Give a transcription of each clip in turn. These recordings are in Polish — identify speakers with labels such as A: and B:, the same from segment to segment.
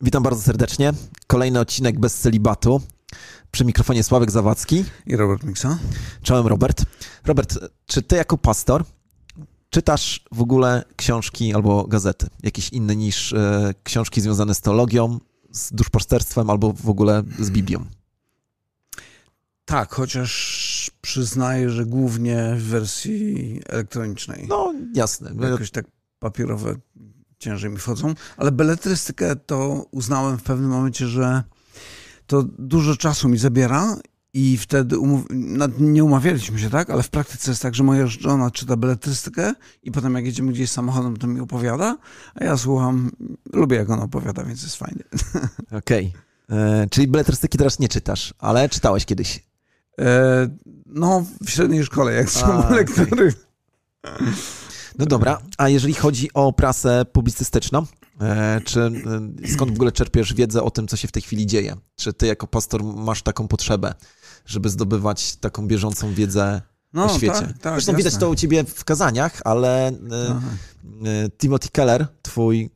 A: Witam bardzo serdecznie. Kolejny odcinek bez celibatu. Przy mikrofonie Sławek Zawadzki
B: i Robert Miksa.
A: Czołem, Robert. Robert, czy ty jako pastor czytasz w ogóle książki albo gazety? Jakieś inne niż książki związane z teologią, z duszpasterstwem albo w ogóle z Biblią?
B: Tak, chociaż przyznaję, że głównie w wersji elektronicznej.
A: No, jasne.
B: Jakoś tak papierowe ciężej mi wchodzą, ale beletrystykę to uznałem w pewnym momencie, że to dużo czasu mi zabiera i wtedy nie umawialiśmy się, tak? Ale w praktyce jest tak, że moja żona czyta beletrystykę i potem jak jedziemy gdzieś samochodem, to mi opowiada, a ja słucham, lubię jak ona opowiada, więc jest fajnie.
A: Okej. Czyli beletrystyki teraz nie czytasz, ale czytałeś kiedyś?
B: No, w średniej szkole, jak są lektury.
A: No dobra, a jeżeli chodzi o prasę publicystyczną, skąd w ogóle czerpiesz wiedzę o tym, co się w tej chwili dzieje? Czy ty jako pastor masz taką potrzebę, żeby zdobywać taką bieżączą wiedzę o świecie?
B: Tak,
A: Zresztą
B: jasne.
A: widać to u ciebie w kazaniach, ale Timothy Keller, twój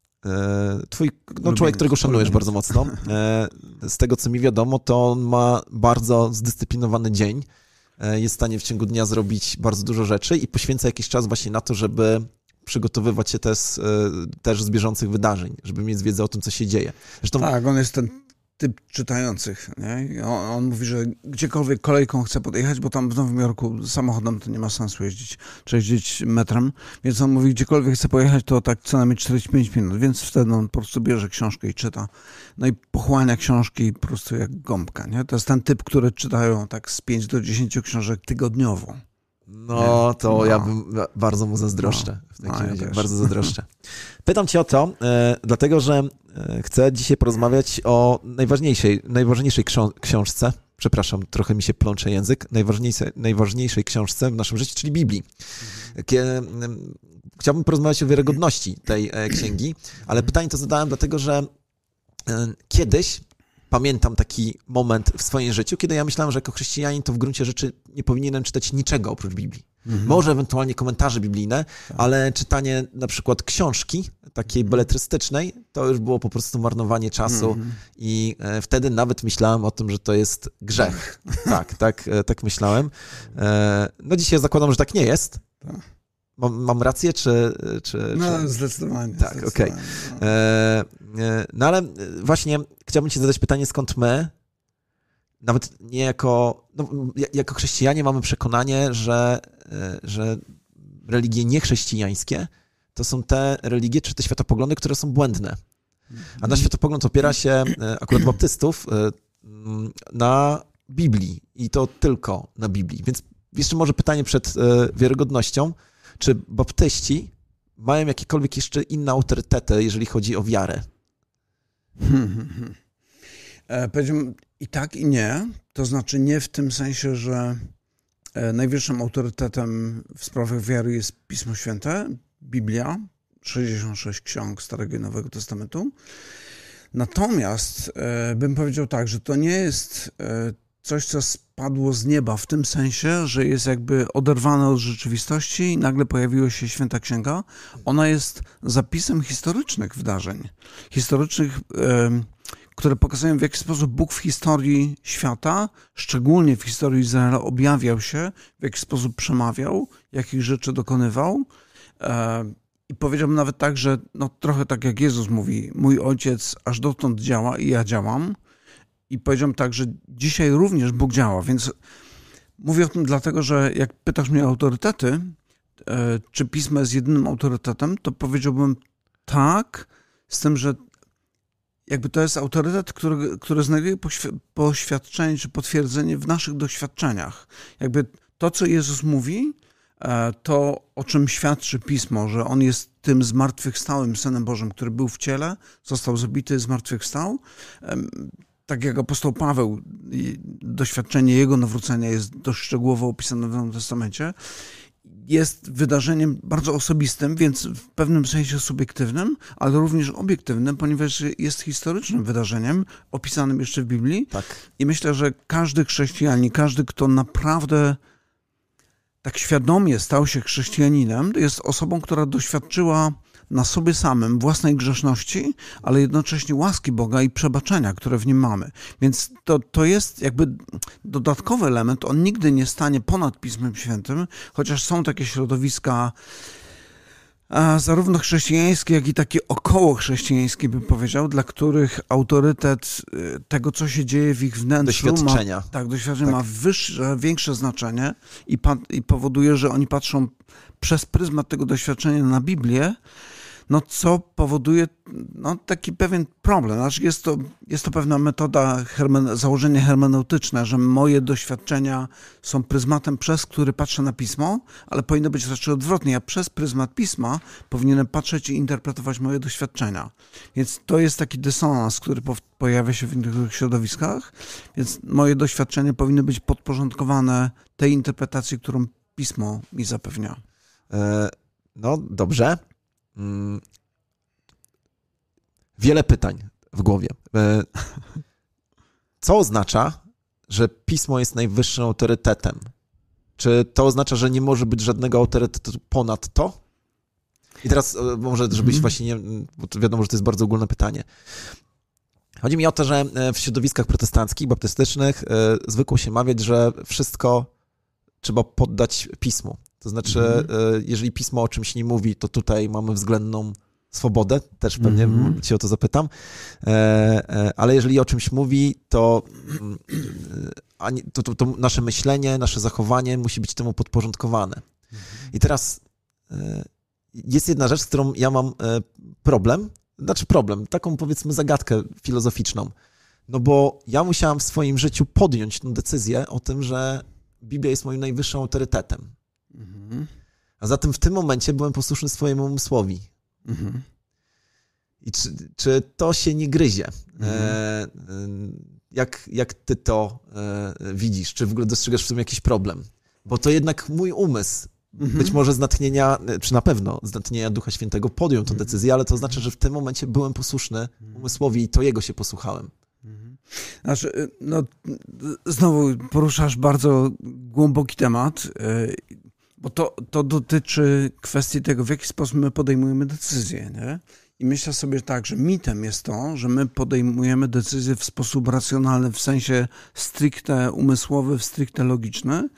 A: człowiek, którego szanujesz bardzo mocno, z tego co mi wiadomo, to on ma bardzo zdyscyplinowany dzień. Jest w stanie w ciągu dnia zrobić bardzo dużo rzeczy i poświęca jakiś czas właśnie na to, żeby przygotowywać się też z bieżących wydarzeń, żeby mieć wiedzę o tym, co się dzieje. Zresztą...
B: Tak, on jest ten typ czytających. Nie? On mówi, że gdziekolwiek kolejką chce podjechać, bo tam w Nowym Jorku samochodem to nie ma sensu jeździć, trzeba jeździć metrem, więc on mówi, gdziekolwiek chce pojechać, to tak co najmniej 45 minut, więc wtedy on po prostu bierze książkę i czyta. No i pochłania książki po prostu jak gąbka. Nie? To jest ten typ, który czytają tak z 5 do 10 książek tygodniowo.
A: No, to ja bym bardzo mu zazdroszczę. W takim razie, bardzo zazdroszczę. Pytam cię o to, dlatego że chcę dzisiaj porozmawiać o najważniejszej książce. Przepraszam, trochę mi się plącze język. Najważniejszej książce w naszym życiu, czyli Biblii. Chciałbym porozmawiać o wiarygodności tej księgi, ale pytanie to zadałem dlatego, że kiedyś pamiętam taki moment w swoim życiu, kiedy ja myślałem, że jako chrześcijanin to w gruncie rzeczy nie powinienem czytać niczego oprócz Biblii. Może ewentualnie komentarze biblijne, ale czytanie na przykład książki takiej beletrystycznej, to już było po prostu marnowanie czasu i wtedy nawet myślałem o tym, że to jest grzech. Tak myślałem. No dzisiaj zakładam, że tak nie jest. Mam rację, czy...
B: No, zdecydowanie.
A: Tak, okej. No ale właśnie chciałbym ci zadać pytanie, skąd my, nawet nie jako chrześcijanie mamy przekonanie, że religie niechrześcijańskie to są te religie, czy te światopoglądy, które są błędne. A nasz światopogląd opiera się, akurat baptystów, na Biblii i to tylko na Biblii. Więc jeszcze może pytanie przed wiarygodnością, czy baptyści mają jakiekolwiek jeszcze inne autorytety, jeżeli chodzi o wiarę?
B: Powiedziałbym i tak, i nie. To znaczy nie w tym sensie, że najwyższym autorytetem w sprawach wiary jest Pismo Święte, Biblia, 66 ksiąg Starego i Nowego Testamentu. Natomiast bym powiedział tak, że to nie jest coś, co spadło z nieba w tym sensie, że jest jakby oderwane od rzeczywistości i nagle pojawiła się Święta Księga. Ona jest zapisem historycznych wydarzeń. Historycznych, które pokazują, w jaki sposób Bóg w historii świata, szczególnie w historii Izraela, objawiał się, w jaki sposób przemawiał, jakich rzeczy dokonywał. I powiedziałbym nawet tak, że no, trochę tak jak Jezus mówi, mój Ojciec aż dotąd działa i ja działam. I powiedziałem tak, że dzisiaj również Bóg działa, więc mówię o tym dlatego, że jak pytasz mnie o autorytety, czy Pismo jest jedynym autorytetem, to powiedziałbym tak, z tym, że jakby to jest autorytet, który znajduje poświadczenie czy potwierdzenie w naszych doświadczeniach. Jakby to, co Jezus mówi, to o czym świadczy Pismo, że On jest tym zmartwychwstałym Synem Bożym, który był w ciele, został zabity, zmartwychwstał. Tak jak apostoł Paweł, doświadczenie jego nawrócenia jest dość szczegółowo opisane w Nowym Testamencie, jest wydarzeniem bardzo osobistym, więc w pewnym sensie subiektywnym, ale również obiektywnym, ponieważ jest historycznym wydarzeniem opisanym jeszcze w Biblii.
A: Tak.
B: I myślę, że każdy chrześcijanin, każdy, kto naprawdę tak świadomie stał się chrześcijaninem, jest osobą, która doświadczyła na sobie samym, własnej grzeszności, ale jednocześnie łaski Boga i przebaczenia, które w nim mamy. Więc to jest jakby dodatkowy element, on nigdy nie stanie ponad Pismem Świętym, chociaż są takie środowiska zarówno chrześcijańskie, jak i takie okołochrześcijańskie, bym powiedział, dla których autorytet tego, co się dzieje w ich wnętrzu, ma większe znaczenie i powoduje, że oni patrzą przez pryzmat tego doświadczenia na Biblię, no co powoduje taki pewien problem. Znaczy jest to pewna metoda, założenie hermeneutyczne, że moje doświadczenia są pryzmatem, przez który patrzę na Pismo, ale powinno być raczej odwrotnie. Ja przez pryzmat Pisma powinienem patrzeć i interpretować moje doświadczenia. Więc to jest taki dysonans, który pojawia się w niektórych środowiskach, więc moje doświadczenia powinny być podporządkowane tej interpretacji, którą Pismo mi zapewnia.
A: No dobrze. Wiele pytań w głowie. Co oznacza, że Pismo jest najwyższym autorytetem? Czy to oznacza, że nie może być żadnego autorytetu ponad to? I teraz może, żebyś właśnie nie... Bo to wiadomo, że to jest bardzo ogólne pytanie. Chodzi mi o to, że w środowiskach protestanckich, baptystycznych zwykło się mawiać, że wszystko trzeba poddać Pismu. To znaczy, jeżeli Pismo o czymś nie mówi, to tutaj mamy względną swobodę, też pewnie cię o to zapytam, ale jeżeli o czymś mówi, to nasze myślenie, nasze zachowanie musi być temu podporządkowane. I teraz jest jedna rzecz, z którą ja mam problem, taką powiedzmy zagadkę filozoficzną, no bo ja musiałam w swoim życiu podjąć tę decyzję o tym, że Biblia jest moim najwyższym autorytetem. A zatem w tym momencie byłem posłuszny swojemu umysłowi. I czy to się nie gryzie? Jak ty to widzisz? Czy w ogóle dostrzegasz w tym jakiś problem? Bo to jednak mój umysł, być może z natchnienia, czy na pewno z natchnienia Ducha Świętego podjął tę decyzję, ale to oznacza, że w tym momencie byłem posłuszny umysłowi i to jego się posłuchałem.
B: Znaczy, znowu poruszasz bardzo głęboki temat, bo to dotyczy kwestii tego, w jaki sposób my podejmujemy decyzje, nie? I myślę sobie tak, że mitem jest to, że my podejmujemy decyzje w sposób racjonalny, w sensie stricte umysłowy, stricte logiczny.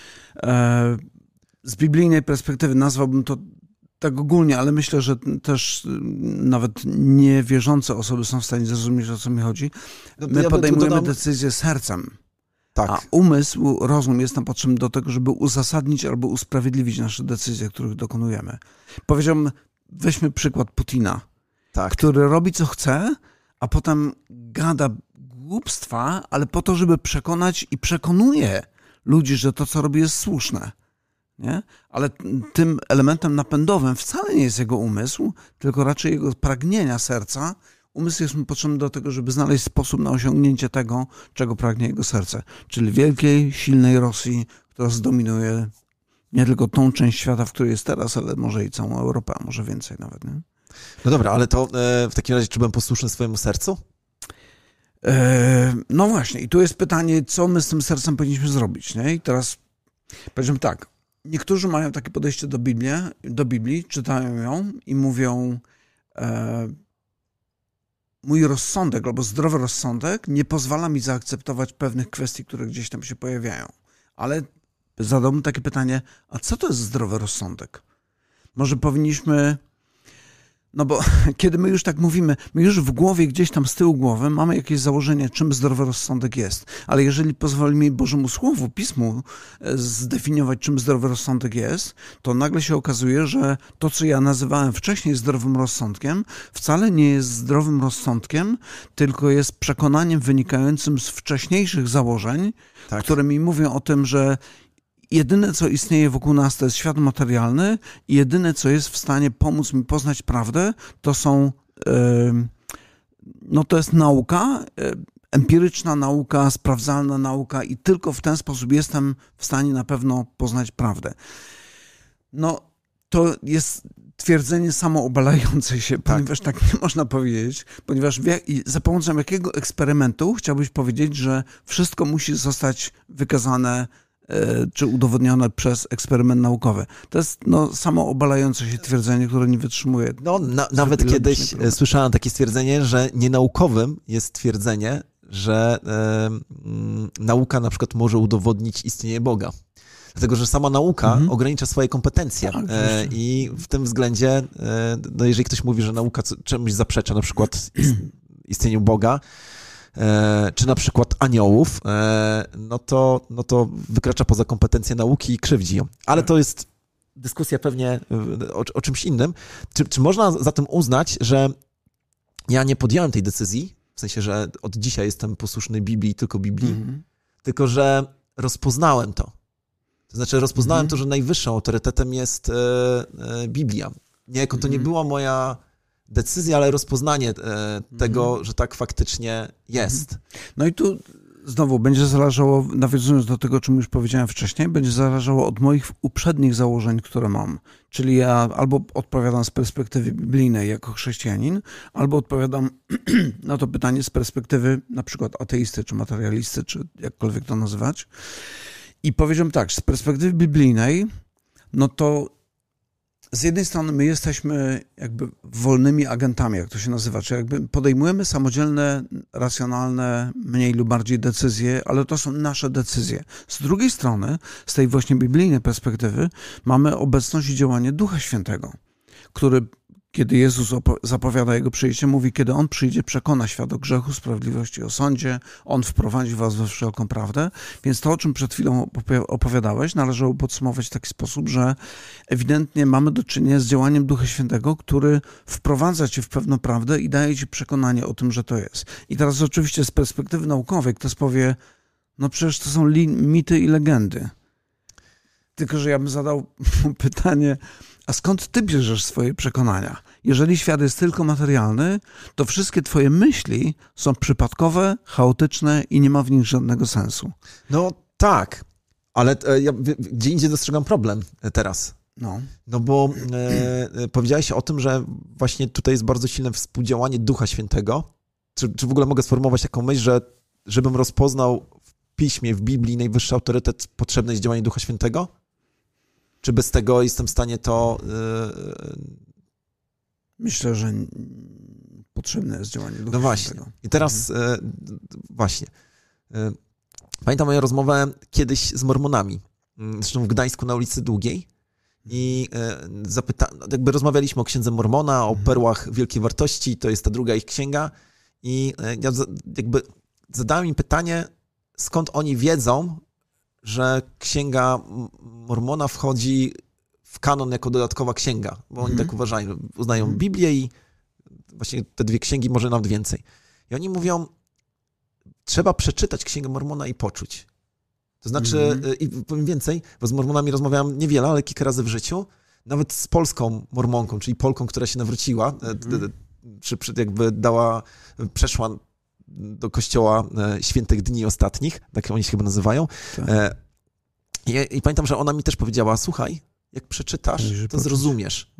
B: Z biblijnej perspektywy nazwałbym to tak ogólnie, ale myślę, że też nawet niewierzące osoby są w stanie zrozumieć, o co mi chodzi. My podejmujemy decyzje sercem.
A: Tak.
B: A umysł, rozum jest nam potrzebny do tego, żeby uzasadnić albo usprawiedliwić nasze decyzje, których dokonujemy. Powiedziałbym, weźmy przykład Putina, który robi co chce, a potem gada głupstwa, ale po to, żeby przekonać i przekonuje ludzi, że to, co robi, jest słuszne. Nie? Ale tym elementem napędowym wcale nie jest jego umysł, tylko raczej jego pragnienia serca. Umysł jest mu potrzebny do tego, żeby znaleźć sposób na osiągnięcie tego, czego pragnie jego serce. Czyli wielkiej, silnej Rosji, która zdominuje nie tylko tą część świata, w której jest teraz, ale może i całą Europę, a może więcej nawet. Nie?
A: No dobra, ale to w takim razie, czy byłem posłuszny swojemu sercu?
B: No właśnie, i tu jest pytanie, co my z tym sercem powinniśmy zrobić. Nie? I teraz powiedzmy tak, niektórzy mają takie podejście do Biblii, czytają ją i mówią, mój rozsądek albo zdrowy rozsądek nie pozwala mi zaakceptować pewnych kwestii, które gdzieś tam się pojawiają. Ale zadałbym takie pytanie, a co to jest zdrowy rozsądek? Może powinniśmy... No bo kiedy my już tak mówimy, my już w głowie, gdzieś tam z tyłu głowy mamy jakieś założenie, czym zdrowy rozsądek jest. Ale jeżeli pozwolimy Bożemu Słowu, Pismu zdefiniować, czym zdrowy rozsądek jest, to nagle się okazuje, że to, co ja nazywałem wcześniej zdrowym rozsądkiem, wcale nie jest zdrowym rozsądkiem, tylko jest przekonaniem wynikającym z wcześniejszych założeń, które mi mówią o tym, że jedyne, co istnieje wokół nas, to jest świat materialny i jedyne, co jest w stanie pomóc mi poznać prawdę, to jest nauka, empiryczna nauka, sprawdzalna nauka i tylko w ten sposób jestem w stanie na pewno poznać prawdę. No, to jest twierdzenie samoobalające się, ponieważ tak nie można powiedzieć, ponieważ za pomocą jakiego eksperymentu chciałbyś powiedzieć, że wszystko musi zostać wykazane czy udowodnione przez eksperyment naukowy. To jest samo obalające się twierdzenie, które nie wytrzymuje.
A: Nawet kiedyś słyszałem takie stwierdzenie, że nienaukowym jest stwierdzenie, że nauka na przykład może udowodnić istnienie Boga. Dlatego, że sama nauka ogranicza swoje kompetencje i w tym względzie, jeżeli ktoś mówi, że nauka czemuś zaprzecza, na przykład istnieniu Boga, czy na przykład aniołów, no to wykracza poza kompetencje nauki i krzywdzi ją. Ale to jest dyskusja pewnie o czymś innym. Czy można zatem uznać, że ja nie podjąłem tej decyzji, w sensie, że od dzisiaj jestem posłuszny Biblii, tylko Biblii, tylko że rozpoznałem to. To znaczy rozpoznałem to, że najwyższym autorytetem jest Biblia. Niejako to nie była moja decyzja, ale rozpoznanie tego, że tak faktycznie jest.
B: No i tu znowu będzie zależało, nawiązując do tego, o czym już powiedziałem wcześniej, będzie zależało od moich uprzednich założeń, które mam. Czyli ja albo odpowiadam z perspektywy biblijnej jako chrześcijanin, albo odpowiadam na to pytanie z perspektywy na przykład ateisty, czy materialisty, czy jakkolwiek to nazywać. I powiedziałem tak, z perspektywy biblijnej, no to z jednej strony my jesteśmy jakby wolnymi agentami, jak to się nazywa, czyli jakby podejmujemy samodzielne, racjonalne, mniej lub bardziej decyzje, ale to są nasze decyzje. Z drugiej strony, z tej właśnie biblijnej perspektywy, mamy obecność i działanie Ducha Świętego, który, kiedy Jezus zapowiada Jego przyjście, mówi, kiedy On przyjdzie, przekona świat o grzechu, sprawiedliwości, o sądzie, On wprowadzi was we wszelką prawdę. Więc to, o czym przed chwilą opowiadałeś, należało podsumować w taki sposób, że ewidentnie mamy do czynienia z działaniem Ducha Świętego, który wprowadza cię w pewną prawdę i daje ci przekonanie o tym, że to jest. I teraz oczywiście z perspektywy naukowej ktoś powie, no przecież to są mity i legendy. Tylko że ja bym zadał pytanie, a skąd ty bierzesz swoje przekonania? Jeżeli świat jest tylko materialny, to wszystkie twoje myśli są przypadkowe, chaotyczne i nie ma w nich żadnego sensu.
A: No tak, ale ja gdzie indziej dostrzegam problem teraz. No bo powiedziałeś o tym, że właśnie tutaj jest bardzo silne współdziałanie Ducha Świętego. Czy w ogóle mogę sformułować taką myśl, że żebym rozpoznał w Piśmie, w Biblii najwyższy autorytet, potrzebne jest działanie Ducha Świętego? Czy bez tego jestem w stanie to...
B: Myślę, że potrzebne jest działanie Ducha
A: No właśnie.
B: Świętego.
A: I teraz właśnie. Pamiętam moją rozmowę kiedyś z Mormonami. Zresztą w Gdańsku na ulicy Długiej. I jakby rozmawialiśmy o księdze Mormona, o perłach wielkiej wartości. To jest ta druga ich księga. I ja jakby zadałem im pytanie, skąd oni wiedzą, że księga Mormona wchodzi w kanon jako dodatkowa księga, bo oni tak uznają Biblię i właśnie te dwie księgi, może nawet więcej. I oni mówią, trzeba przeczytać księgę Mormona i poczuć. To znaczy, i powiem więcej, bo z Mormonami rozmawiałem niewiele, ale kilka razy w życiu, nawet z polską mormonką, czyli Polką, która się nawróciła, czy jakby przeszła do kościoła świętych dni ostatnich, tak oni się chyba nazywają. Tak. I pamiętam, że ona mi też powiedziała, słuchaj, jak przeczytasz, to zrozumiesz.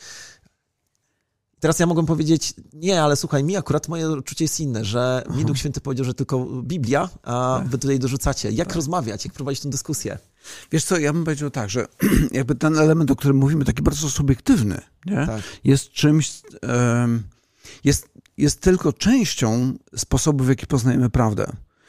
A: Teraz ja mogłem powiedzieć, nie, ale słuchaj, mi akurat moje odczucie jest inne, że mi Duch Święty powiedział, że tylko Biblia, a wy tutaj dorzucacie. Jak rozmawiać, jak prowadzić tę dyskusję?
B: Wiesz co, ja bym powiedział tak, że jakby ten element, o którym mówimy, taki bardzo subiektywny, nie? Tak. Jest czymś... Jest tylko częścią sposobu, w jaki poznajemy prawdę.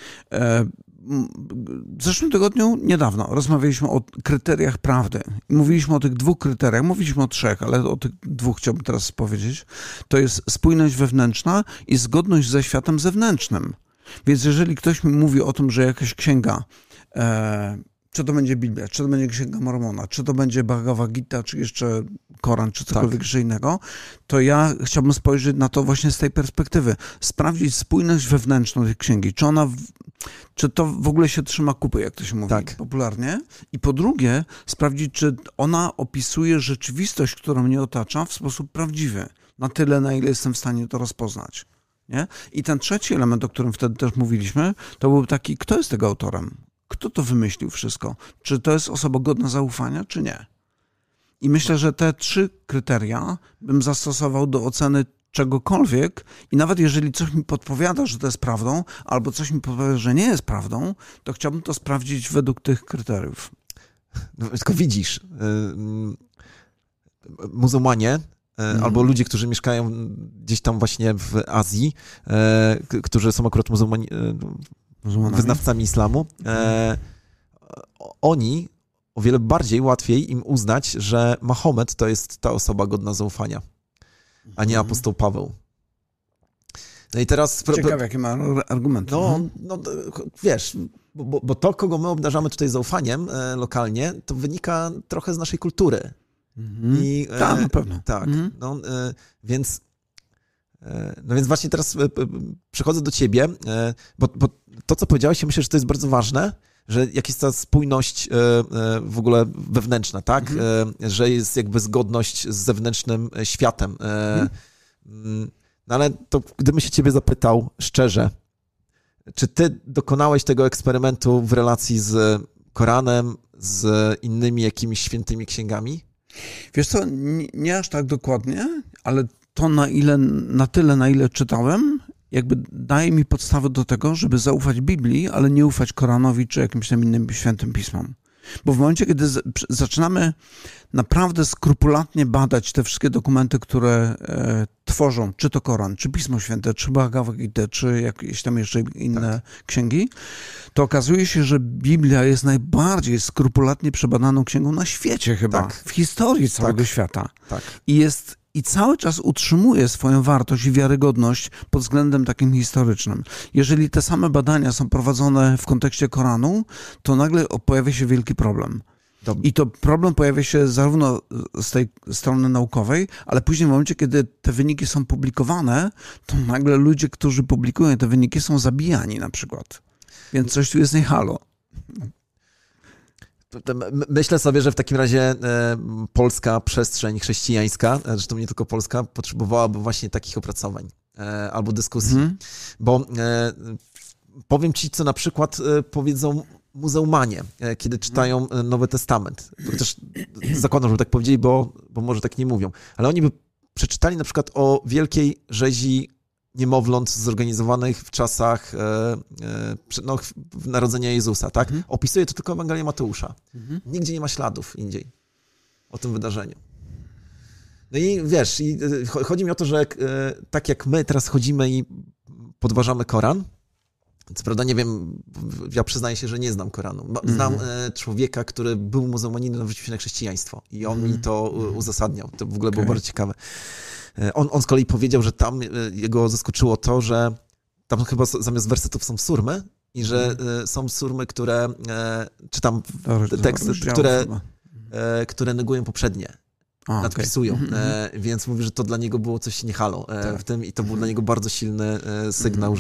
B: W zeszłym tygodniu, niedawno, rozmawialiśmy o kryteriach prawdy. Mówiliśmy o tych dwóch kryteriach, mówiliśmy o trzech, ale o tych dwóch chciałbym teraz powiedzieć. To jest spójność wewnętrzna i zgodność ze światem zewnętrznym. Więc jeżeli ktoś mi mówi o tym, że jakaś księga, czy to będzie Biblia, czy to będzie Księga Mormona, czy to będzie Bhagavad Gita, czy jeszcze Koran, czy cokolwiek jeszcze innego, to ja chciałbym spojrzeć na to właśnie z tej perspektywy. Sprawdzić spójność wewnętrzną tej księgi. Czy to w ogóle się trzyma kupy, jak to się mówi popularnie. I po drugie, sprawdzić, czy ona opisuje rzeczywistość, która mnie otacza w sposób prawdziwy. Na tyle, na ile jestem w stanie to rozpoznać. Nie? I ten trzeci element, o którym wtedy też mówiliśmy, to był taki, kto jest tego autorem? Kto to wymyślił wszystko? Czy to jest osoba godna zaufania, czy nie? I myślę, że te trzy kryteria bym zastosował do oceny, czegokolwiek i nawet jeżeli coś mi podpowiada, że to jest prawdą, albo coś mi podpowiada, że nie jest prawdą, to chciałbym to sprawdzić według tych kryteriów.
A: No, tylko widzisz, muzułmanie albo ludzie, którzy mieszkają gdzieś tam właśnie w Azji, którzy są akurat wyznawcami islamu, oni o wiele bardziej, łatwiej im uznać, że Mahomet to jest ta osoba godna zaufania, a nie apostoł Paweł. No i teraz...
B: Ciekawe, jakie ma argument.
A: No, wiesz, bo to, kogo my obdarzamy tutaj zaufaniem lokalnie, to wynika trochę z naszej kultury.
B: Tak, na pewno.
A: Tak, więc właśnie teraz przychodzę do ciebie, bo to, co powiedziałeś, ja myślę, że to jest bardzo ważne, że jak jest ta spójność w ogóle wewnętrzna, tak? Że jest jakby zgodność z zewnętrznym światem. No ale to gdybym się ciebie zapytał szczerze, czy ty dokonałeś tego eksperymentu w relacji z Koranem, z innymi jakimiś świętymi księgami?
B: Wiesz co, nie aż tak dokładnie, ale to na tyle, na ile czytałem, jakby daje mi podstawę do tego, żeby zaufać Biblii, ale nie ufać Koranowi czy jakimś tam innym świętym pismom. Bo w momencie, kiedy zaczynamy naprawdę skrupulatnie badać te wszystkie dokumenty, które tworzą, czy to Koran, czy Pismo Święte, czy Bhagavad Gita, czy jakieś tam jeszcze inne księgi, to okazuje się, że Biblia jest najbardziej skrupulatnie przebadaną księgą na świecie chyba, w historii całego świata. I cały czas utrzymuje swoją wartość i wiarygodność pod względem takim historycznym. Jeżeli te same badania są prowadzone w kontekście Koranu, to nagle pojawia się wielki problem. I to problem pojawia się zarówno z tej strony naukowej, ale później w momencie, kiedy te wyniki są publikowane, to nagle ludzie, którzy publikują te wyniki, są zabijani na przykład. Więc coś tu jest nie halo.
A: Myślę sobie, że w takim razie polska przestrzeń chrześcijańska, zresztą nie tylko polska, potrzebowałaby właśnie takich opracowań albo dyskusji. Bo powiem ci, co na przykład powiedzą muzułmanie, kiedy czytają Nowy Testament. Chociaż zakładam, że tak powiedzieli, bo może tak nie mówią. Ale oni by przeczytali na przykład o wielkiej rzezi niemowląt zorganizowanych w czasach narodzenia Jezusa, tak? Opisuje to tylko Ewangelia Mateusza. Nigdzie nie ma śladów indziej o tym wydarzeniu. No i wiesz, chodzi mi o to, że tak jak my teraz chodzimy i podważamy Koran, co prawda nie wiem, ja przyznaję się, że nie znam Koranu. Znam człowieka, który był muzułmaninem, nawrócił się na chrześcijaństwo i on mi to uzasadniał. To w ogóle było bardzo ciekawe. On z kolei powiedział, że tam jego zaskoczyło to, że tam chyba zamiast wersetów są surmy i że są surmy, które, czy tam teksty, które negują poprzednie. Nadpisują, więc mówi, że to dla niego było coś nie halo w tym i to był dla niego bardzo silny sygnał,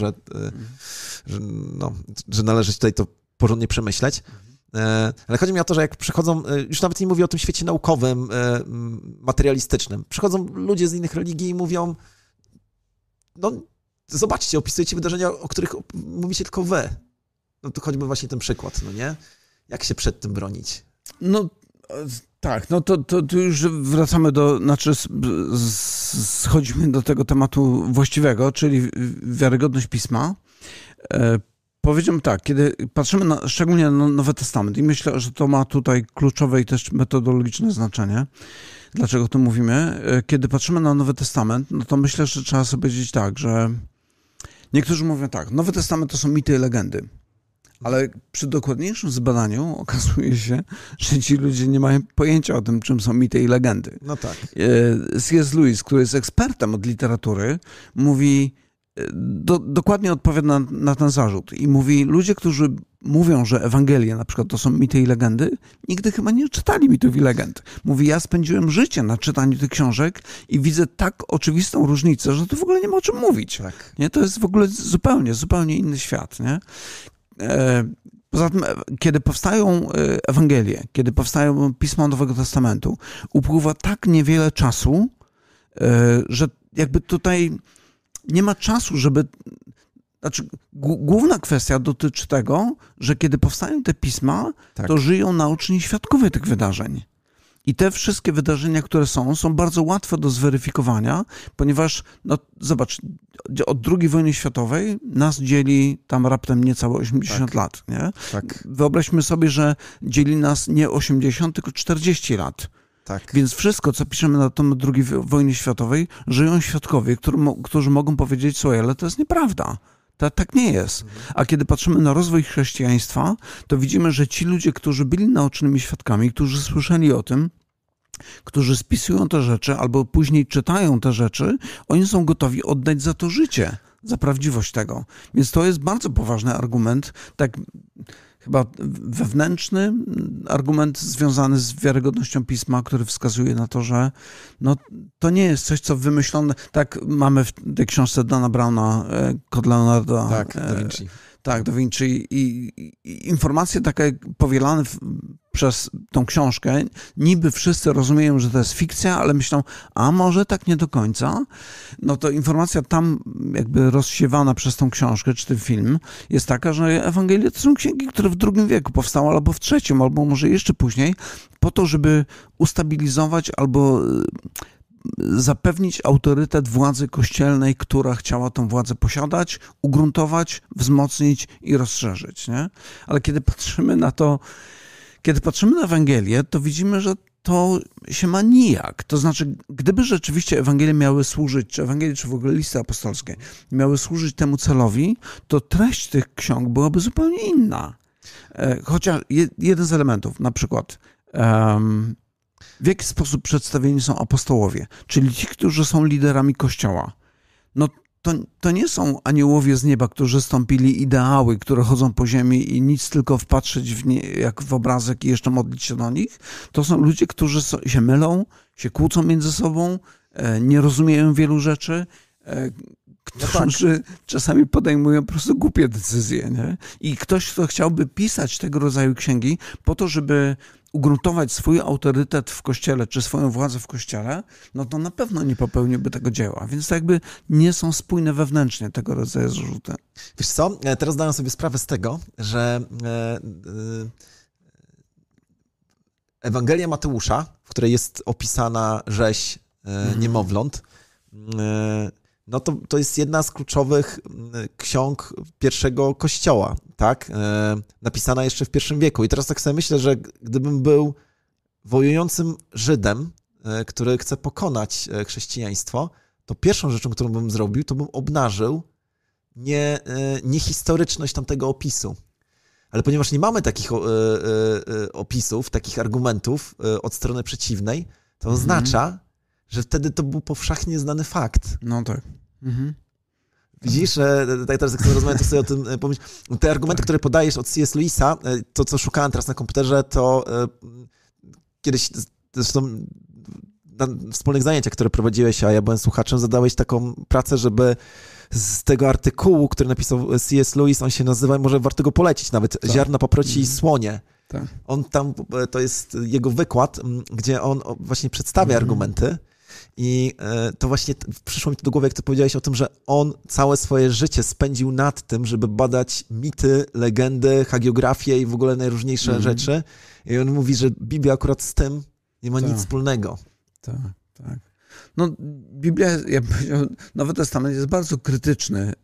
A: że należy tutaj to porządnie przemyśleć. Ale chodzi mi o to, że jak przychodzą, już nawet nie mówię o tym świecie naukowym, materialistycznym, przychodzą ludzie z innych religii i mówią, no zobaczcie, opisujecie wydarzenia, o których mówicie tylko wy. No to choćby właśnie ten przykład, no nie? Jak się przed tym bronić?
B: No tak, no to już wracamy schodzimy do tego tematu właściwego, czyli wiarygodność Pisma. Powiedziałbym tak, kiedy patrzymy szczególnie na Nowy Testament i myślę, że to ma tutaj kluczowe i też metodologiczne znaczenie, dlaczego o tym mówimy. Kiedy patrzymy na Nowy Testament, no to myślę, że trzeba sobie powiedzieć tak, że niektórzy mówią tak, Nowy Testament to są mity i legendy. Ale przy dokładniejszym zbadaniu okazuje się, że ci ludzie nie mają pojęcia o tym, czym są mity i legendy.
A: No tak.
B: C.S. Lewis, który jest ekspertem od literatury, mówi, dokładnie odpowiada na ten zarzut i mówi, ludzie, którzy mówią, że Ewangelie na przykład to są mity i legendy, nigdy chyba nie czytali mitów i legend. Mówi, ja spędziłem życie na czytaniu tych książek i widzę tak oczywistą różnicę, że to w ogóle nie ma o czym mówić.
A: Tak.
B: Nie? To jest w ogóle zupełnie inny świat. Nie? Poza tym, kiedy powstają Ewangelie, kiedy powstają pisma Nowego Testamentu, upływa tak niewiele czasu, że jakby tutaj nie ma czasu, żeby... Znaczy, główna kwestia dotyczy tego, że kiedy powstają te pisma, to żyją naoczni świadkowie tych wydarzeń. I te wszystkie wydarzenia, które są bardzo łatwe do zweryfikowania, ponieważ, no zobacz, od II wojny światowej nas dzieli tam raptem niecałe 80 lat, nie?
A: Tak.
B: Wyobraźmy sobie, że dzieli nas nie 80, tylko 40 lat.
A: Tak.
B: Więc wszystko, co piszemy na temat II wojny światowej, żyją świadkowie, którzy mogą powiedzieć, słuchaj, ale to jest nieprawda. Tak nie jest. A kiedy patrzymy na rozwój chrześcijaństwa, to widzimy, że ci ludzie, którzy byli naocznymi świadkami, którzy słyszeli o tym, którzy spisują te rzeczy albo później czytają te rzeczy, oni są gotowi oddać za to życie, za prawdziwość tego. Więc to jest bardzo poważny argument, tak chyba wewnętrzny argument związany z wiarygodnością Pisma, który wskazuje na to, że no, to nie jest coś, co wymyślone. Tak mamy w tej książce Dana Browna, Kod Leonarda.
A: Tak, Da Vinci.
B: Tak, Da Vinci. I informacje takie powielane przez tą książkę, niby wszyscy rozumieją, że to jest fikcja, ale myślą, a może tak nie do końca. No to informacja tam jakby rozsiewana przez tą książkę, czy ten film, jest taka, że Ewangelie to są księgi, które w II wieku powstały, albo w III, albo może jeszcze później, po to, żeby ustabilizować albo zapewnić autorytet władzy kościelnej, która chciała tą władzę posiadać, ugruntować, wzmocnić i rozszerzyć, nie? Ale kiedy patrzymy na to, kiedy patrzymy na Ewangelię, to widzimy, że to się ma nijak. To znaczy, gdyby rzeczywiście Ewangelie miały służyć, czy Ewangelie, czy w ogóle listy apostolskie, miały służyć temu celowi, to treść tych ksiąg byłaby zupełnie inna. Chociaż jeden z elementów, na przykład w jaki sposób przedstawieni są apostołowie, czyli ci, którzy są liderami Kościoła. No to nie są aniołowie z nieba, którzy stąpili ideały, które chodzą po ziemi i nic tylko wpatrzeć w nie, jak w obrazek i jeszcze modlić się do nich. To są ludzie, którzy się mylą, się kłócą między sobą, nie rozumieją wielu rzeczy, którzy czasami podejmują po prostu głupie decyzje. Nie? I ktoś, kto chciałby pisać tego rodzaju księgi po to, żeby ugruntować swój autorytet w Kościele, czy swoją władzę w Kościele, no to na pewno nie popełniłby tego dzieła. Więc to jakby nie są spójne wewnętrznie tego rodzaju zarzuty.
A: Wiesz co, teraz zdałem sobie sprawę z tego, że Ewangelia Mateusza, w której jest opisana rzeź niemowląt, no to jest jedna z kluczowych ksiąg pierwszego Kościoła, tak? Napisana jeszcze w I wieku. I teraz tak sobie myślę, że gdybym był wojującym Żydem, który chce pokonać chrześcijaństwo, to pierwszą rzeczą, którą bym zrobił, to bym obnażył niehistoryczność tamtego opisu. Ale ponieważ nie mamy takich opisów, takich argumentów od strony przeciwnej, to oznacza, że wtedy to był powszechnie znany fakt.
B: No tak.
A: Widzisz, tak teraz jak sobie rozmawiam, to sobie o tym pomyśl. Te argumenty, które podajesz od C.S. Lewisa, to co szukałem teraz na komputerze, to kiedyś, zresztą na wspólnych zajęciach, które prowadziłeś, a ja byłem słuchaczem, zadałeś taką pracę, żeby z tego artykułu, który napisał C.S. Lewis, on się nazywa, może warto go polecić nawet, tak. Ziarna, paproci i słonie. Tak. On tam, to jest jego wykład, gdzie on właśnie przedstawia argumenty. I to właśnie przyszło mi to do głowy, jak ty powiedziałeś o tym, że on całe swoje życie spędził nad tym, żeby badać mity, legendy, hagiografię i w ogóle najróżniejsze rzeczy. I on mówi, że Biblia akurat z tym nie ma nic wspólnego.
B: Tak. No, Biblia, ja bym powiedział, Nowy Testament jest bardzo krytyczny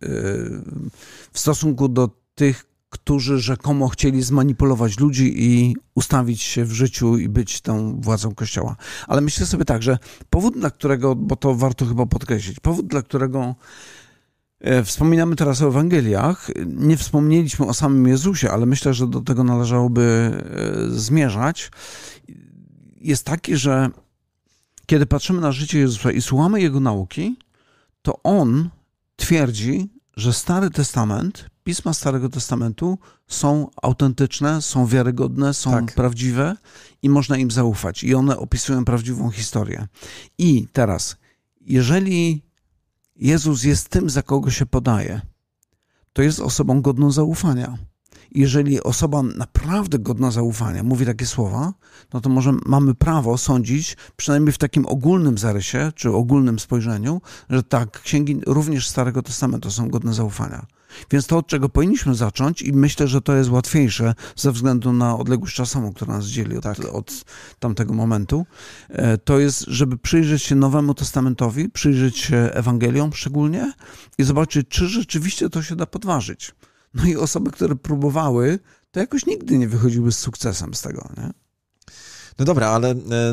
B: w stosunku do tych, którzy rzekomo chcieli zmanipulować ludzi i ustawić się w życiu i być tą władzą Kościoła. Ale myślę sobie tak, że powód, dla którego, bo to warto chyba podkreślić, powód, dla którego wspominamy teraz o Ewangeliach, nie wspomnieliśmy o samym Jezusie, ale myślę, że do tego należałoby zmierzać, jest taki, że kiedy patrzymy na życie Jezusa i słuchamy Jego nauki, to On twierdzi, że Stary Testament, Pisma Starego Testamentu są autentyczne, są wiarygodne, są prawdziwe i można im zaufać. I one opisują prawdziwą historię. I teraz, jeżeli Jezus jest tym, za kogo się podaje, to jest osobą godną zaufania. Jeżeli osoba naprawdę godna zaufania mówi takie słowa, no to może mamy prawo sądzić, przynajmniej w takim ogólnym zarysie, czy ogólnym spojrzeniu, że tak, księgi również Starego Testamentu są godne zaufania. Więc to, od czego powinniśmy zacząć i myślę, że to jest łatwiejsze ze względu na odległość czasową, która nas dzieli od tamtego momentu, to jest, żeby przyjrzeć się Nowemu Testamentowi, przyjrzeć się Ewangeliom szczególnie i zobaczyć, czy rzeczywiście to się da podważyć. No i osoby, które próbowały, to jakoś nigdy nie wychodziły z sukcesem z tego, nie?
A: No dobra, ale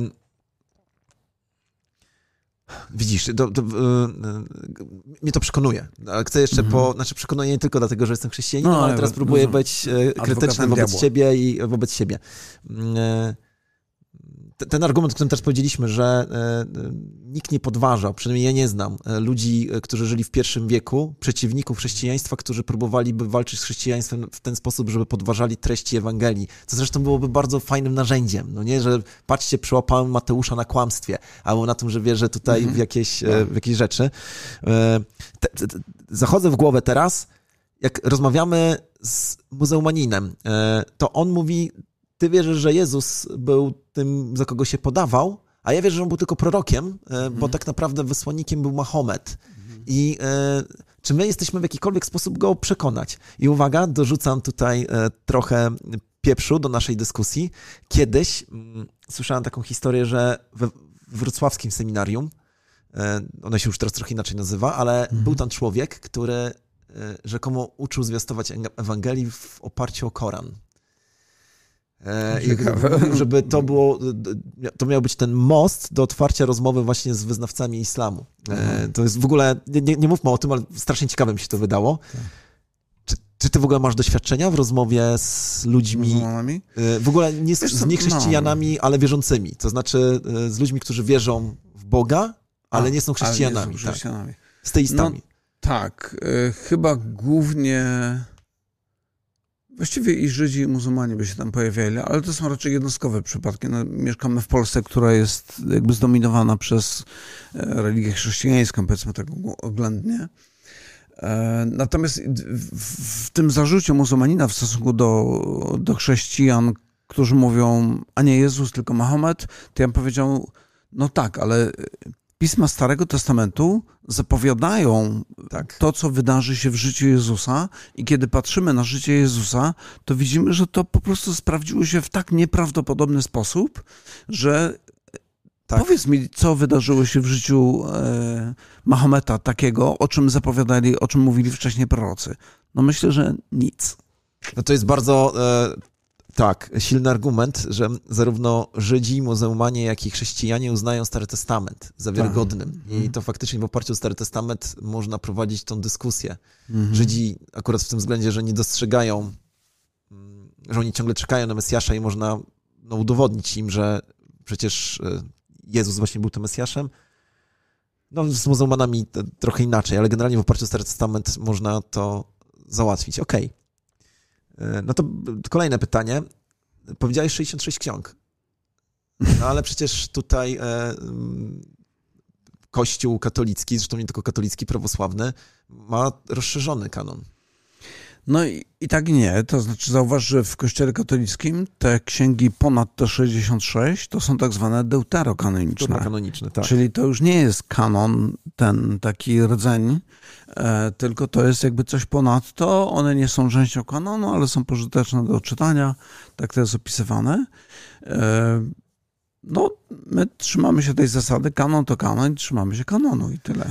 A: widzisz, mnie to przekonuje, ale chcę jeszcze przekonuje nie tylko dlatego, że jestem chrześcijaninem, ale teraz próbuję być krytyczny wobec siebie i wobec siebie. Ten argument, o którym też powiedzieliśmy, że nikt nie podważał, przynajmniej ja nie znam ludzi, którzy żyli w I wieku, przeciwników chrześcijaństwa, którzy próbowaliby walczyć z chrześcijaństwem w ten sposób, żeby podważali treści Ewangelii, co zresztą byłoby bardzo fajnym narzędziem, no nie, że patrzcie, przyłapałem Mateusza na kłamstwie, albo na tym, że wierzę tutaj w jakieś rzeczy. Zachodzę w głowę teraz, jak rozmawiamy z muzułmaninem, to on mówi: ty wierzysz, że Jezus był tym, za kogo się podawał, a ja wierzę, że on był tylko prorokiem, bo tak naprawdę wysłannikiem był Mahomet. I czy my jesteśmy w jakikolwiek sposób go przekonać? I uwaga, dorzucam tutaj trochę pieprzu do naszej dyskusji. Kiedyś słyszałem taką historię, że we wrocławskim seminarium, ono się już teraz trochę inaczej nazywa, ale był tam człowiek, który rzekomo uczył zwiastować Ewangelii w oparciu o Koran. Żeby to miał być ten most do otwarcia rozmowy właśnie z wyznawcami islamu. To jest w ogóle, nie mówmy o tym, ale strasznie ciekawe mi się to wydało. Czy ty w ogóle masz doświadczenia w rozmowie z ludźmi, w ogóle nie z niechrześcijanami, ale wierzącymi, to znaczy z ludźmi, którzy wierzą w Boga, ale nie są chrześcijanami.
B: Nie są chrześcijanami.
A: Tak. Z teistami.
B: No, tak, chyba głównie... Właściwie i Żydzi, i muzułmanie by się tam pojawiali, ale to są raczej jednostkowe przypadki. No, mieszkamy w Polsce, która jest jakby zdominowana przez religię chrześcijańską, powiedzmy tak oględnie. Natomiast w tym zarzucie muzułmanina w stosunku do chrześcijan, którzy mówią, a nie Jezus, tylko Mahomet, to ja bym powiedział, no tak, ale Pisma Starego Testamentu zapowiadają to, co wydarzy się w życiu Jezusa i kiedy patrzymy na życie Jezusa, to widzimy, że to po prostu sprawdziło się w tak nieprawdopodobny sposób, że powiedz mi, co wydarzyło się w życiu Mahometa takiego, o czym zapowiadali, o czym mówili wcześniej prorocy. No myślę, że nic.
A: No to jest bardzo... silny argument, że zarówno Żydzi, muzułmanie, jak i chrześcijanie uznają Stary Testament za wiarygodnym. I to faktycznie w oparciu o Stary Testament można prowadzić tą dyskusję. Żydzi akurat w tym względzie, że nie dostrzegają, że oni ciągle czekają na Mesjasza i można udowodnić im, że przecież Jezus właśnie był tym Mesjaszem. No z muzułmanami trochę inaczej, ale generalnie w oparciu o Stary Testament można to załatwić. Okej. No to kolejne pytanie. Powiedziałeś 66 ksiąg. No ale przecież tutaj Kościół katolicki, zresztą nie tylko katolicki, prawosławny, ma rozszerzony kanon.
B: No i tak nie. To znaczy zauważ, że w Kościele katolickim te księgi ponad te 66 to są tak zwane deuterokanoniczne.
A: Deuterokanoniczne, tak.
B: Czyli to już nie jest kanon, ten taki rdzeń, tylko to jest jakby coś ponadto. One nie są częścią kanonu, ale są pożyteczne do czytania. Tak to jest opisywane. No, my trzymamy się tej zasady. Kanon to kanon, trzymamy się kanonu i tyle.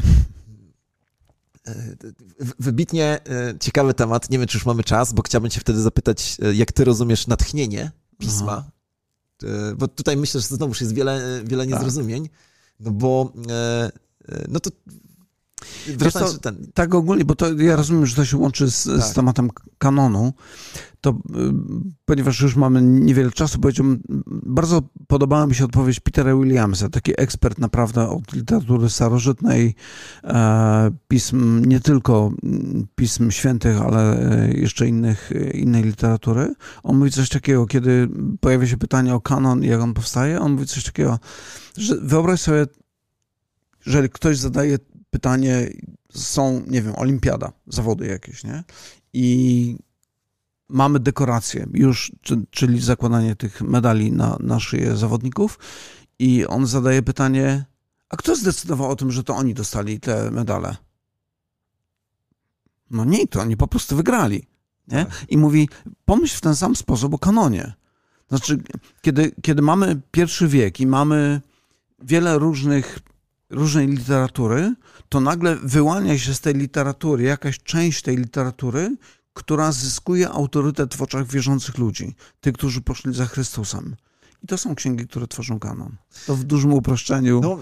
A: Wybitnie ciekawy temat. Nie wiem, czy już mamy czas, bo chciałbym cię wtedy zapytać, jak ty rozumiesz natchnienie Pisma. Bo tutaj myślę, że znowuż jest wiele niezrozumień. No bo no to wracając ten...
B: Tak ogólnie, bo to ja rozumiem, że to się łączy z tematem kanonu, to ponieważ już mamy niewiele czasu, powiedziałbym, bardzo podobała mi się odpowiedź Petera Williamsa, taki ekspert naprawdę od literatury starożytnej, pism, nie tylko pism świętych, ale jeszcze innej literatury. On mówi coś takiego, kiedy pojawia się pytanie o kanon i jak on powstaje, on mówi coś takiego, że wyobraź sobie, jeżeli ktoś zadaje pytanie, są, nie wiem, olimpiada, zawody jakieś, nie? I mamy dekoracje już, czyli zakładanie tych medali na szyję zawodników i on zadaje pytanie, a kto zdecydował o tym, że to oni dostali te medale? No nikt, oni po prostu wygrali. Nie? I mówi, pomyśl w ten sam sposób o kanonie. Znaczy, kiedy mamy I wiek i mamy wiele różnej literatury, to nagle wyłania się z tej literatury jakaś część tej literatury, która zyskuje autorytet w oczach wierzących ludzi, tych, którzy poszli za Chrystusem. I to są księgi, które tworzą kanon. To w dużym uproszczeniu.
A: No,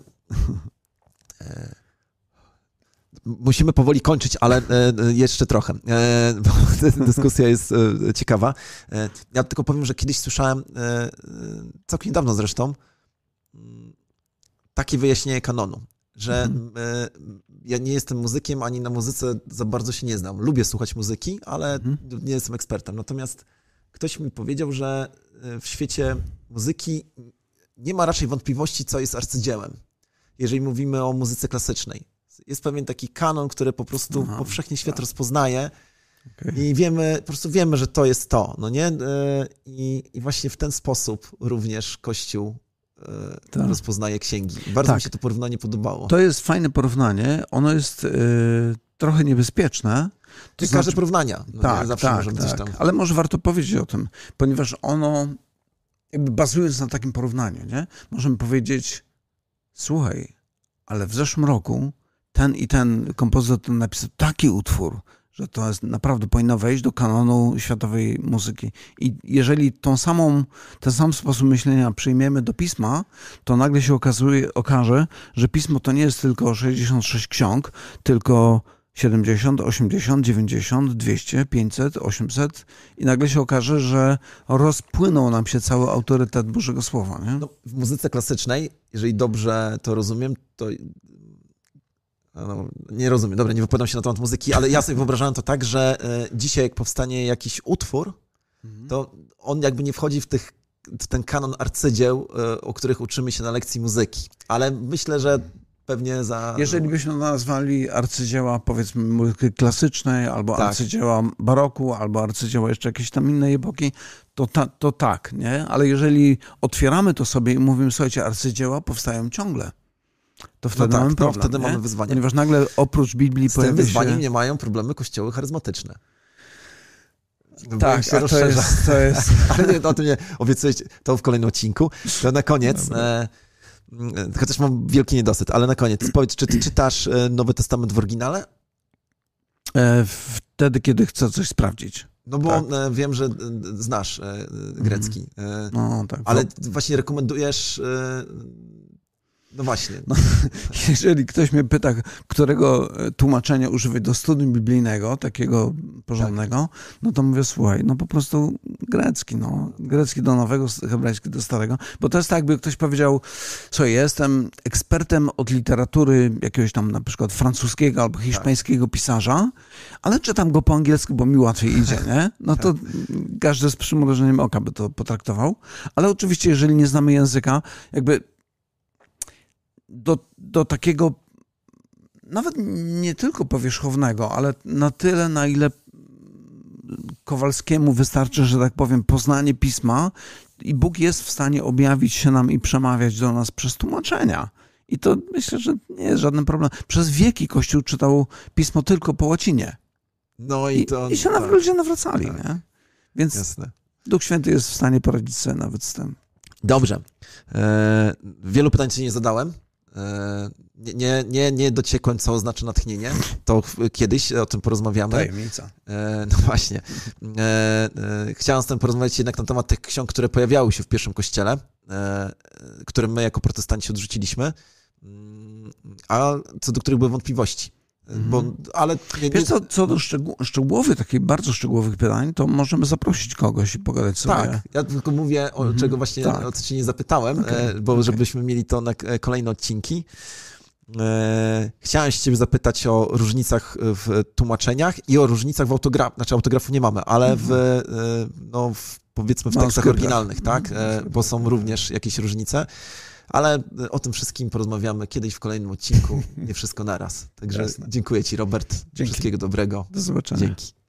A: musimy powoli kończyć, ale jeszcze trochę, bo dyskusja jest ciekawa. Ja tylko powiem, że kiedyś słyszałem, całkiem niedawno zresztą, takie wyjaśnienie kanonu, że ja nie jestem muzykiem, ani na muzyce za bardzo się nie znam. Lubię słuchać muzyki, ale nie jestem ekspertem. Natomiast ktoś mi powiedział, że w świecie muzyki nie ma raczej wątpliwości, co jest arcydziełem, jeżeli mówimy o muzyce klasycznej. Jest pewien taki kanon, który po prostu powszechnie świat rozpoznaje i po prostu wiemy, że to jest to, no nie? I właśnie w ten sposób również Kościół rozpoznaje księgi. Bardzo mi się to porównanie podobało.
B: To jest fajne porównanie. Ono jest trochę niebezpieczne.
A: To każde porównania. No zawsze może gdzieś tam.
B: Ale może warto powiedzieć o tym, ponieważ ono, jakby bazując na takim porównaniu, nie? Możemy powiedzieć, słuchaj, ale w zeszłym roku ten i ten kompozytor napisał taki utwór, że to jest naprawdę powinno wejść do kanonu światowej muzyki. I jeżeli ten sam sposób myślenia przyjmiemy do pisma, to nagle się okaże, że pismo to nie jest tylko 66 ksiąg, tylko 70, 80, 90, 200, 500, 800 i nagle się okaże, że rozpłynął nam się cały autorytet Bożego Słowa. Nie?
A: No, w muzyce klasycznej, jeżeli dobrze to rozumiem, to nie rozumiem, dobra, nie wypowiadam się na temat muzyki, ale ja sobie wyobrażałem to tak, że dzisiaj jak powstanie jakiś utwór, to on jakby nie wchodzi w ten kanon arcydzieł, o których uczymy się na lekcji muzyki. Ale myślę, że pewnie
B: Jeżeli byśmy nazwali arcydzieła, powiedzmy, muzyki klasycznej, albo arcydzieła baroku, albo arcydzieła jeszcze jakiejś tam innej epoki, to tak, nie? Ale jeżeli otwieramy to sobie i mówimy, słuchajcie, arcydzieła powstają ciągle, to wtedy mamy problem.
A: Wtedy mamy wyzwanie.
B: Ponieważ nagle oprócz Biblii pojawia się...
A: Z tym wyzwaniem nie mają problemy kościoły charyzmatyczne.
B: Tak, to jest...
A: Ale nie, o tym nie obiecuję, to w kolejnym odcinku. To na koniec, chociaż mam wielki niedosyt, ale na koniec, powiedz, czy ty czytasz Nowy Testament w oryginale?
B: Wtedy, kiedy chcę coś sprawdzić.
A: No bo wiem, że znasz grecki.
B: No tak.
A: Ale właśnie rekomendujesz... No właśnie.
B: No, jeżeli ktoś mnie pyta, którego tłumaczenia używać do studium biblijnego, takiego porządnego, no to mówię, słuchaj, no po prostu grecki, grecki do nowego, hebrajski do starego, bo to jest tak, jakby ktoś powiedział, słuchaj, jestem ekspertem od literatury jakiegoś tam na przykład francuskiego albo hiszpańskiego pisarza, ale czytam go po angielsku, bo mi łatwiej idzie, nie? No to każdy z przymrużeniem oka by to potraktował, ale oczywiście, jeżeli nie znamy języka, jakby do takiego nawet nie tylko powierzchownego, ale na tyle, na ile Kowalskiemu wystarczy, że tak powiem, poznanie pisma i Bóg jest w stanie objawić się nam i przemawiać do nas przez tłumaczenia. I to myślę, że nie jest żaden problem. Przez wieki Kościół czytał pismo tylko po łacinie.
A: No i
B: się ludzie nawracali. Nie? Więc jasne. Duch Święty jest w stanie poradzić sobie nawet z tym.
A: Dobrze. Wielu pytań ci nie zadałem. Nie dociekłem, co oznacza natchnienie. To kiedyś o tym porozmawiamy.
B: Tajemnica.
A: No właśnie. Chciałem z tym porozmawiać jednak na temat tych ksiąg, które pojawiały się w pierwszym kościele, które my jako protestanci odrzuciliśmy, a co do których były wątpliwości.
B: Wiesz co do szczegółowych, takich bardzo szczegółowych pytań, to możemy zaprosić kogoś i pogadać sobie.
A: Tak, ja tylko mówię, o czego właśnie o co cię nie zapytałem, żebyśmy mieli to na kolejne odcinki. Chciałem się ciebie zapytać o różnicach w tłumaczeniach i o różnicach w autografu nie mamy, ale powiedzmy w tekstach oryginalnych, tak? Bo są również jakieś różnice. Ale o tym wszystkim porozmawiamy kiedyś w kolejnym odcinku. Nie wszystko naraz. Także dziękuję ci, Robert.
B: Dzięki.
A: Wszystkiego dobrego.
B: Do zobaczenia.
A: Dzięki.